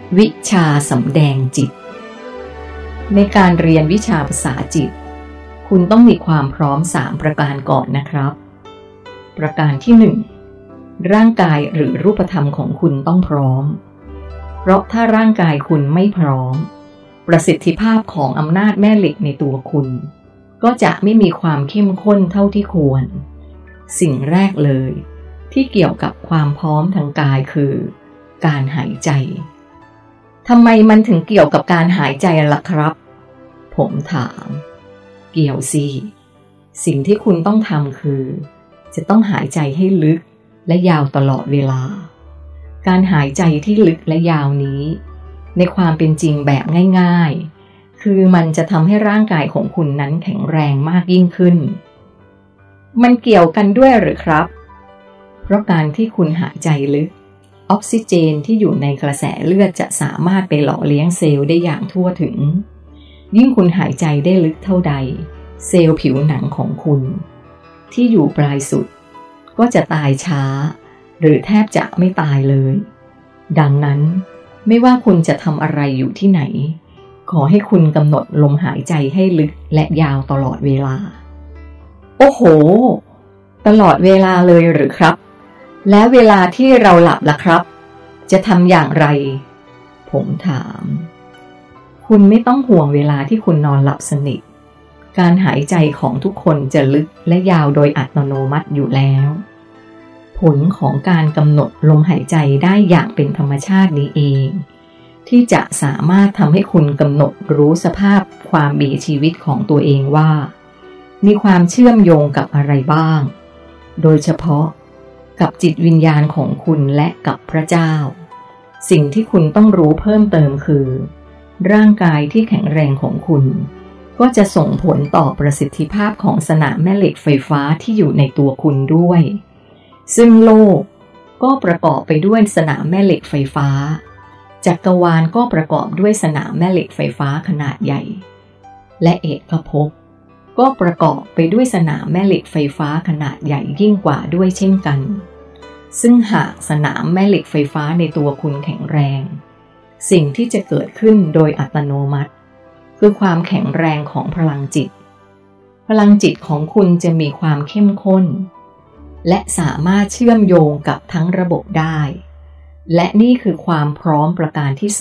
วิชาสำแดงจิตในการเรียนวิชาภาษาจิตคุณต้องมีความพร้อม3ประการก่อนนะครับประการที่1ร่างกายหรือรูปธรรมของคุณต้องพร้อมเพราะถ้าร่างกายคุณไม่พร้อมประสิทธิภาพของอำนาจแม่เหล็กในตัวคุณก็จะไม่มีความเข้มข้นเท่าที่ควรสิ่งแรกเลยที่เกี่ยวกับความพร้อมทางกายคือการหายใจทำไมมันถึงเกี่ยวกับการหายใจล่ะครับผมถามเกี่ยวสิสิ่งที่คุณต้องทำคือจะต้องหายใจให้ลึกและยาวตลอดเวลาการหายใจที่ลึกและยาวนี้ในความเป็นจริงแบบง่ายๆคือมันจะทำให้ร่างกายของคุณนั้นแข็งแรงมากยิ่งขึ้นมันเกี่ยวกันด้วยหรือครับเพราะการที่คุณหายใจลึกออกซิเจนที่อยู่ในกระแสเลือดจะสามารถไปหล่อเลี้ยงเซลล์ได้อย่างทั่วถึงยิ่งคุณหายใจได้ลึกเท่าใดเซลล์ผิวหนังของคุณที่อยู่ปลายสุดก็จะตายช้าหรือแทบจะไม่ตายเลยดังนั้นไม่ว่าคุณจะทำอะไรอยู่ที่ไหนขอให้คุณกำหนดลมหายใจให้ลึกและยาวตลอดเวลาโอ้โหตลอดเวลาเลยหรือครับและเวลาที่เราหลับล่ะครับจะทำอย่างไรผมถามคุณไม่ต้องห่วงเวลาที่คุณนอนหลับสนิทการหายใจของทุกคนจะลึกและยาวโดยอัตโนมัติอยู่แล้วผลของการกำหนดลมหายใจได้อย่างเป็นธรรมชาตินี้เองที่จะสามารถทำให้คุณกำหนดรู้สภาพความมีชีวิตของตัวเองว่ามีความเชื่อมโยงกับอะไรบ้างโดยเฉพาะกับจิตวิญญาณของคุณและกับพระเจ้าสิ่งที่คุณต้องรู้เพิ่มเติมคือร่างกายที่แข็งแรงของคุณก็จะส่งผลต่อประสิทธิภาพของสนามแม่เหล็กไฟฟ้าที่อยู่ในตัวคุณด้วยซึ่งโลกก็ประกอบไปด้วยสนามแม่เหล็กไฟฟ้าจักรวาลก็ประกอบด้วยสนามแม่เหล็กไฟฟ้าขนาดใหญ่และเอกภพก็ประกอบไปด้วยสนามแม่เหล็กไฟฟ้าขนาดใหญ่ยิ่งกว่าด้วยเช่นกันซึ่งหากสนามแม่เหล็กไฟฟ้าในตัวคุณแข็งแรงสิ่งที่จะเกิดขึ้นโดยอัตโนมัติคือความแข็งแรงของพลังจิตพลังจิตของคุณจะมีความเข้มข้นและสามารถเชื่อมโยงกับทั้งระบบได้และนี่คือความพร้อมประการที่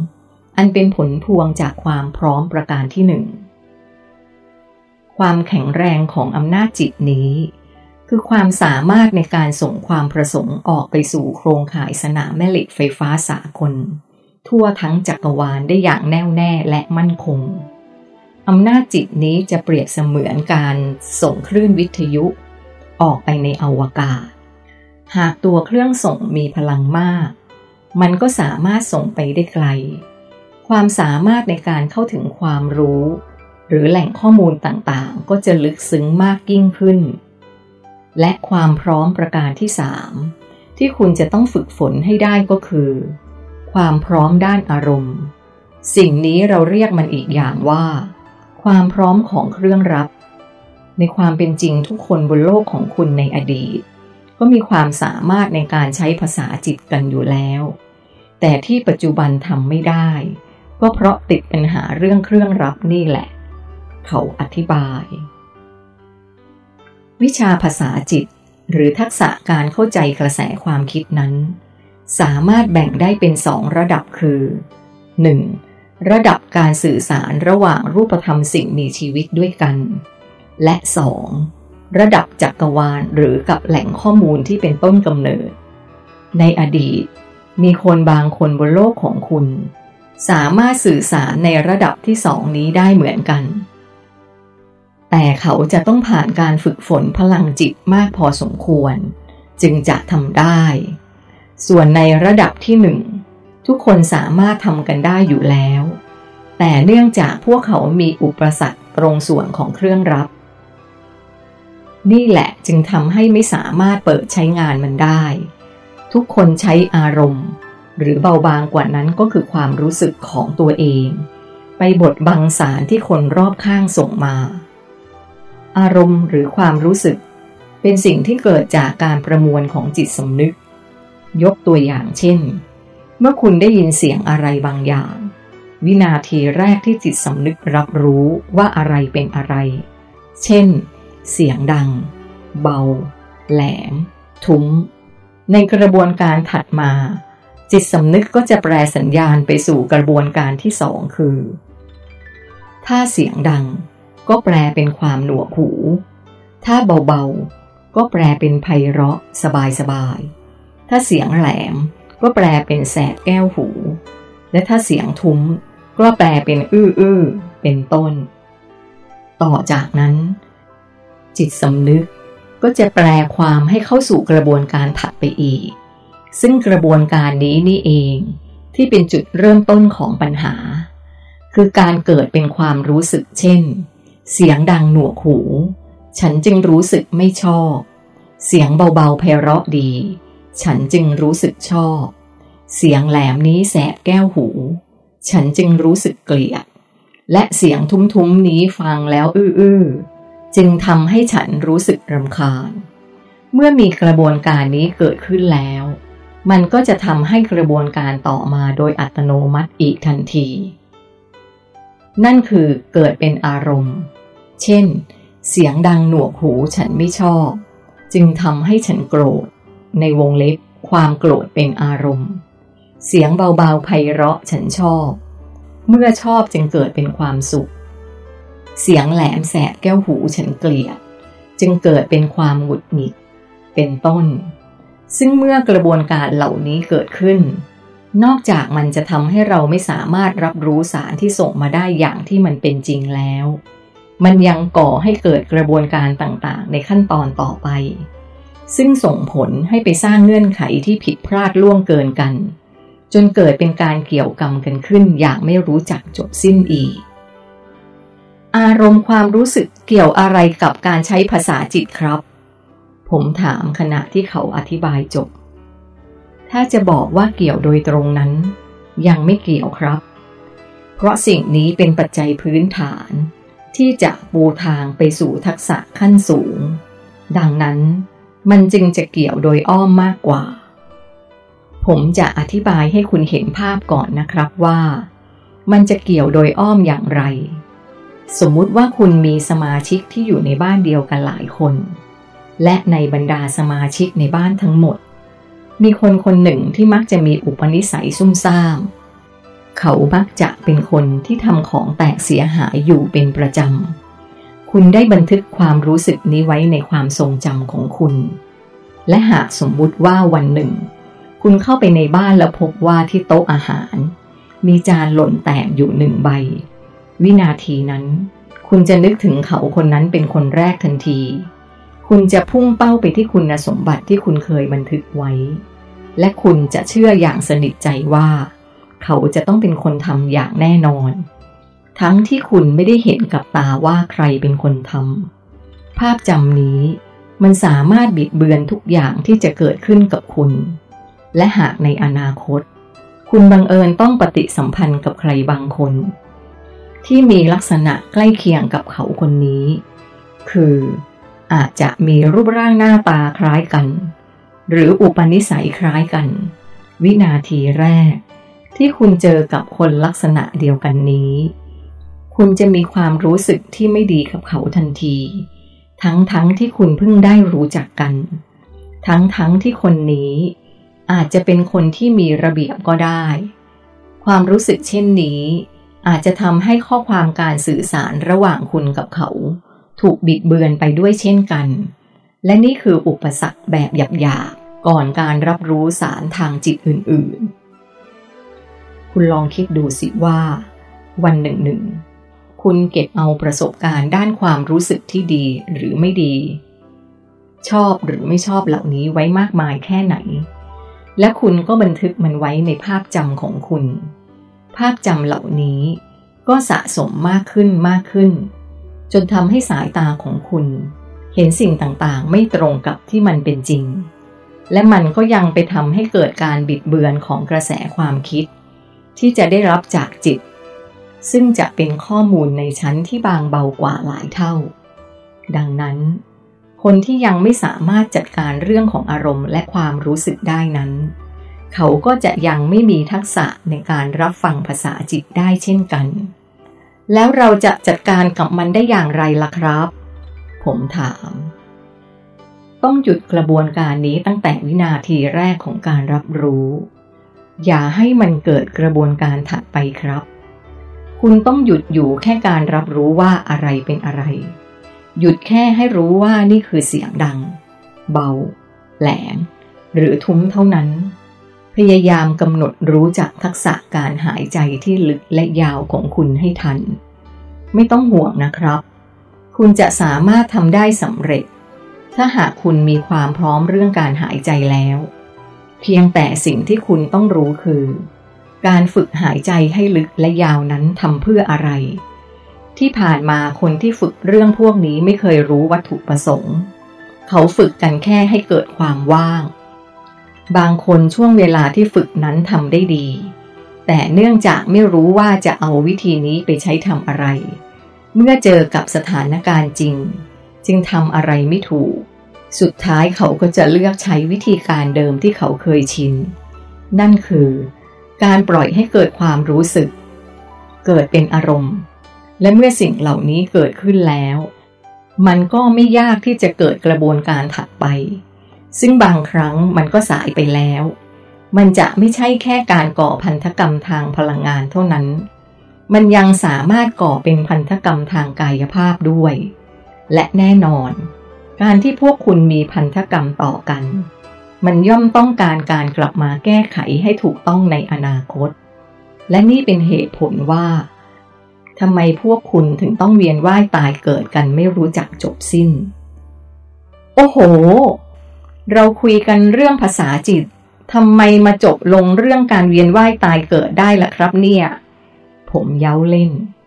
2อันเป็นผลพวงจากความพร้อมประการที่1ความแข็งแรงของอำนาจจิตนี้คือความสามารถในการส่งความประสงค์ออกไปสู่โครงข่ายสนามแม่เหล็กไฟฟ้าสากลทั่วทั้งจักรวาลได้อย่างแน่วแน่และมั่นคงอำนาจจิตนี้จะเปรียบเสมือนการส่งคลื่นวิทยุออกไปในอวกาศหากตัวเครื่องส่งมีพลังมากมันก็สามารถส่งไปได้ไกลความสามารถในการเข้าถึงความรู้หรือแหล่งข้อมูลต่างๆก็จะลึกซึ้งมากยิ่งขึ้นและความพร้อมประการที่3ที่คุณจะต้องฝึกฝนให้ได้ก็คือความพร้อมด้านอารมณ์สิ่งนี้เราเรียกมันอีกอย่างว่าความพร้อมของเครื่องรับในความเป็นจริงทุกคนบนโลกของคุณในอดีตก็มีความสามารถในการใช้ภาษาจิตกันอยู่แล้วแต่ที่ปัจจุบันทำไม่ได้ก็เพราะติดปัญหาเรื่องเครื่องรับนี่แหละเขาอธิบายวิชาภาษาจิตหรือทักษะการเข้าใจกระแสความคิดนั้นสามารถแบ่งได้เป็น2ระดับคือ 1. ระดับการสื่อสารระหว่างรูปธรรมสิ่งมีชีวิตด้วยกันและ 2. ระดับจักรวาลหรือกับแหล่งข้อมูลที่เป็นต้นกำเนิดในอดีตมีคนบางคนบนโลกของคุณสามารถสื่อสารในระดับที่2นี้ได้เหมือนกันแต่เขาจะต้องผ่านการฝึกฝนพลังจิตมากพอสมควรจึงจะทำได้ส่วนในระดับที่1ทุกคนสามารถทำกันได้อยู่แล้วแต่เนื่องจากพวกเขามีอุปสรรคตรงส่วนของเครื่องรับนี่แหละจึงทำให้ไม่สามารถเปิดใช้งานมันได้ทุกคนใช้อารมณ์หรือเบาบางกว่านั้นก็คือความรู้สึกของตัวเองไปบดบังสารที่คนรอบข้างส่งมาอารมณ์หรือความรู้สึกเป็นสิ่งที่เกิดจากการประมวลของจิตสำนึกยกตัวอย่างเช่นเมื่อคุณได้ยินเสียงอะไรบางอย่างวินาทีแรกที่จิตสำนึกรับรู้ว่าอะไรเป็นอะไรเช่นเสียงดังเบาแหลมทุ้มในกระบวนการถัดมาจิตสำนึกก็จะแปลสัญญาณไปสู่กระบวนการที่สองคือถ้าเสียงดังก็แปลเป็นความหนวกหูถ้าเบาๆก็แปลเป็นไพเราะสบายๆถ้าเสียงแหลมก็แปลเป็นแสบแก้วหูและถ้าเสียงทุ้มก็แปลเป็นอื้อเป็นต้นต่อจากนั้นจิตสำนึกก็จะแปลความให้เข้าสู่กระบวนการถัดไปอีกซึ่งกระบวนการนี้นี่เองที่เป็นจุดเริ่มต้นของปัญหาคือการเกิดเป็นความรู้สึกเช่นเสียงดังหนวกหูฉันจึงรู้สึกไม่ชอบเสียงเบาๆไพเราะดีฉันจึงรู้สึกชอบเสียงแหลมนี้แสบแก้วหูฉันจึงรู้สึกเกลียดและเสียงทุ้มๆนี้ฟังแล้วอื้อจึงทำให้ฉันรู้สึกรำคาญเมื่อมีกระบวนการนี้เกิดขึ้นแล้วมันก็จะทำให้กระบวนการต่อมาโดยอัตโนมัติอีกทันทีนั่นคือเกิดเป็นอารมณ์เช่นเสียงดังหนวกหูฉันไม่ชอบจึงทำให้ฉันโกรธในวงเล็บความโกรธเป็นอารมณ์เสียงเบาๆไพเราะฉันชอบเมื่อชอบจึงเกิดเป็นความสุขเสียงแหลมแสบแก้วหูฉันเกลียดจึงเกิดเป็นความหงุดหงิดเป็นต้นซึ่งเมื่อกระบวนการเหล่านี้เกิดขึ้นนอกจากมันจะทำให้เราไม่สามารถรับรู้สารที่ส่งมาได้อย่างที่มันเป็นจริงแล้วมันยังก่อให้เกิดกระบวนการต่างๆในขั้นตอนต่อไปซึ่งส่งผลให้ไปสร้างเงื่อนไขที่ผิดพลาดล่วงเกินกันจนเกิดเป็นการเกี่ยวกรรมกันขึ้นอย่างไม่รู้จักจบสิ้นอีกอารมณ์ความรู้สึกเกี่ยวอะไรกับการใช้ภาษาจิตครับผมถามขณะที่เขาอธิบายจบถ้าจะบอกว่าเกี่ยวโดยตรงนั้นยังไม่เกี่ยวครับเพราะสิ่งนี้เป็นปัจจัยพื้นฐานที่จะปูทางไปสู่ทักษะขั้นสูงดังนั้นมันจึงจะเกี่ยวโดยอ้อมมากกว่าผมจะอธิบายให้คุณเห็นภาพก่อนนะครับว่ามันจะเกี่ยวโดยอ้อมอย่างไรสมมุติว่าคุณมีสมาชิกที่อยู่ในบ้านเดียวกันหลายคนและในบรรดาสมาชิกในบ้านทั้งหมดมีคนคนหนึ่งที่มักจะมีอุปนิสัยซุ่มซ่ามเขามักจะเป็นคนที่ทำของแตกเสียหายอยู่เป็นประจำคุณได้บันทึกความรู้สึกนี้ไว้ในความทรงจำของคุณและหากสมมุติว่าวันหนึ่งคุณเข้าไปในบ้านแล้วพบว่าที่โต๊ะอาหารมีจานหล่นแตกอยู่1 ใบวินาทีนั้นคุณจะนึกถึงเขาคนนั้นเป็นคนแรกทันทีคุณจะพุ่งเป้าไปที่คุณสมบัติที่คุณเคยบันทึกไว้และคุณจะเชื่ออย่างสนิทใจว่าเขาจะต้องเป็นคนทำอย่างแน่นอนทั้งที่คุณไม่ได้เห็นกับตาว่าใครเป็นคนทำภาพจำนี้มันสามารถบิดเบือนทุกอย่างที่จะเกิดขึ้นกับคุณและหากในอนาคตคุณบังเอิญต้องปฏิสัมพันธ์กับใครบางคนที่มีลักษณะใกล้เคียงกับเขาคนนี้คืออาจจะมีรูปร่างหน้าตาคล้ายกันหรืออุปนิสัยคล้ายกันวินาทีแรกที่คุณเจอกับคนลักษณะเดียวกันนี้คุณจะมีความรู้สึกที่ไม่ดีกับเขาทันทีทั้งที่คุณเพิ่งได้รู้จักกันทั้งที่คนนี้อาจจะเป็นคนที่มีระเบียบก็ได้ความรู้สึกเช่นนี้อาจจะทำให้ข้อความการสื่อสารระหว่างคุณกับเขาถูกบิดเบือนไปด้วยเช่นกันและนี่คืออุปสรรคแบบหยาบๆก่อนการรับรู้สารทางจิตอื่นๆคุณลองคิดดูสิว่าวันหนึ่งคุณเก็บเอาประสบการณ์ด้านความรู้สึกที่ดีหรือไม่ดีชอบหรือไม่ชอบเหล่านี้ไว้มากมายแค่ไหนและคุณก็บันทึกมันไว้ในภาพจำของคุณภาพจำเหล่านี้ก็สะสมมากขึ้นจนทำให้สายตาของคุณเห็นสิ่งต่างๆไม่ตรงกับที่มันเป็นจริงและมันก็ยังไปทำให้เกิดการบิดเบือนของกระแสความคิดที่จะได้รับจากจิตซึ่งจะเป็นข้อมูลในชั้นที่บางเบากว่าหลายเท่าดังนั้นคนที่ยังไม่สามารถจัดการเรื่องของอารมณ์และความรู้สึกได้นั้นเขาก็จะยังไม่มีทักษะในการรับฟังภาษาจิตได้เช่นกันแล้วเราจะจัดการกับมันได้อย่างไรล่ะครับผมถามต้องหยุดกระบวนการนี้ตั้งแต่วินาทีแรกของการรับรู้อย่าให้มันเกิดกระบวนการถัดไปครับคุณต้องหยุดอยู่แค่การรับรู้ว่าอะไรเป็นอะไรหยุดแค่ให้รู้ว่านี่คือเสียงดังเบาแหลมหรือทุ้มเท่านั้นพยายามกำหนดรู้จักทักษะการหายใจที่ลึกและยาวของคุณให้ทันไม่ต้องห่วงนะครับคุณจะสามารถทำได้สำเร็จถ้าหากคุณมีความพร้อมเรื่องการหายใจแล้วเพียงแต่สิ่งที่คุณต้องรู้คือการฝึกหายใจให้ลึกและยาวนั้นทำเพื่ออะไรที่ผ่านมาคนที่ฝึกเรื่องพวกนี้ไม่เคยรู้วัตถุประสงค์เขาฝึกกันแค่ให้เกิดความว่างบางคนช่วงเวลาที่ฝึกนั้นทำได้ดีแต่เนื่องจากไม่รู้ว่าจะเอาวิธีนี้ไปใช้ทำอะไรเมื่อเจอกับสถานการณ์จริงจึงทำอะไรไม่ถูกสุดท้ายเขาก็จะเลือกใช้วิธีการเดิมที่เขาเคยชินนั่นคือการปล่อยให้เกิดความรู้สึกเกิดเป็นอารมณ์และเมื่อสิ่งเหล่านี้เกิดขึ้นแล้วมันก็ไม่ยากที่จะเกิดกระบวนการถัดไปซึ่งบางครั้งมันก็สายไปแล้วมันจะไม่ใช่แค่การก่อพันธกรรมทางพลังงานเท่านั้นมันยังสามารถก่อเป็นพันธกรรมทางกายภาพด้วยและแน่นอนการที่พวกคุณมีพันธกรรมต่อกันมันย่อมต้องการการกลับมาแก้ไขให้ถูกต้องในอนาคตและนี่เป็นเหตุผลว่าทำไมพวกคุณถึงต้องเวียนว่ายตายเกิดกันไม่รู้จักจบสิ้นโอ้โหเราคุยกันเรื่องภาษาจิตทำไมมาจบลงเรื่องการเวียนว่ายตายเกิดได้ล่ะครับเนี่ยผมเย้าเล่น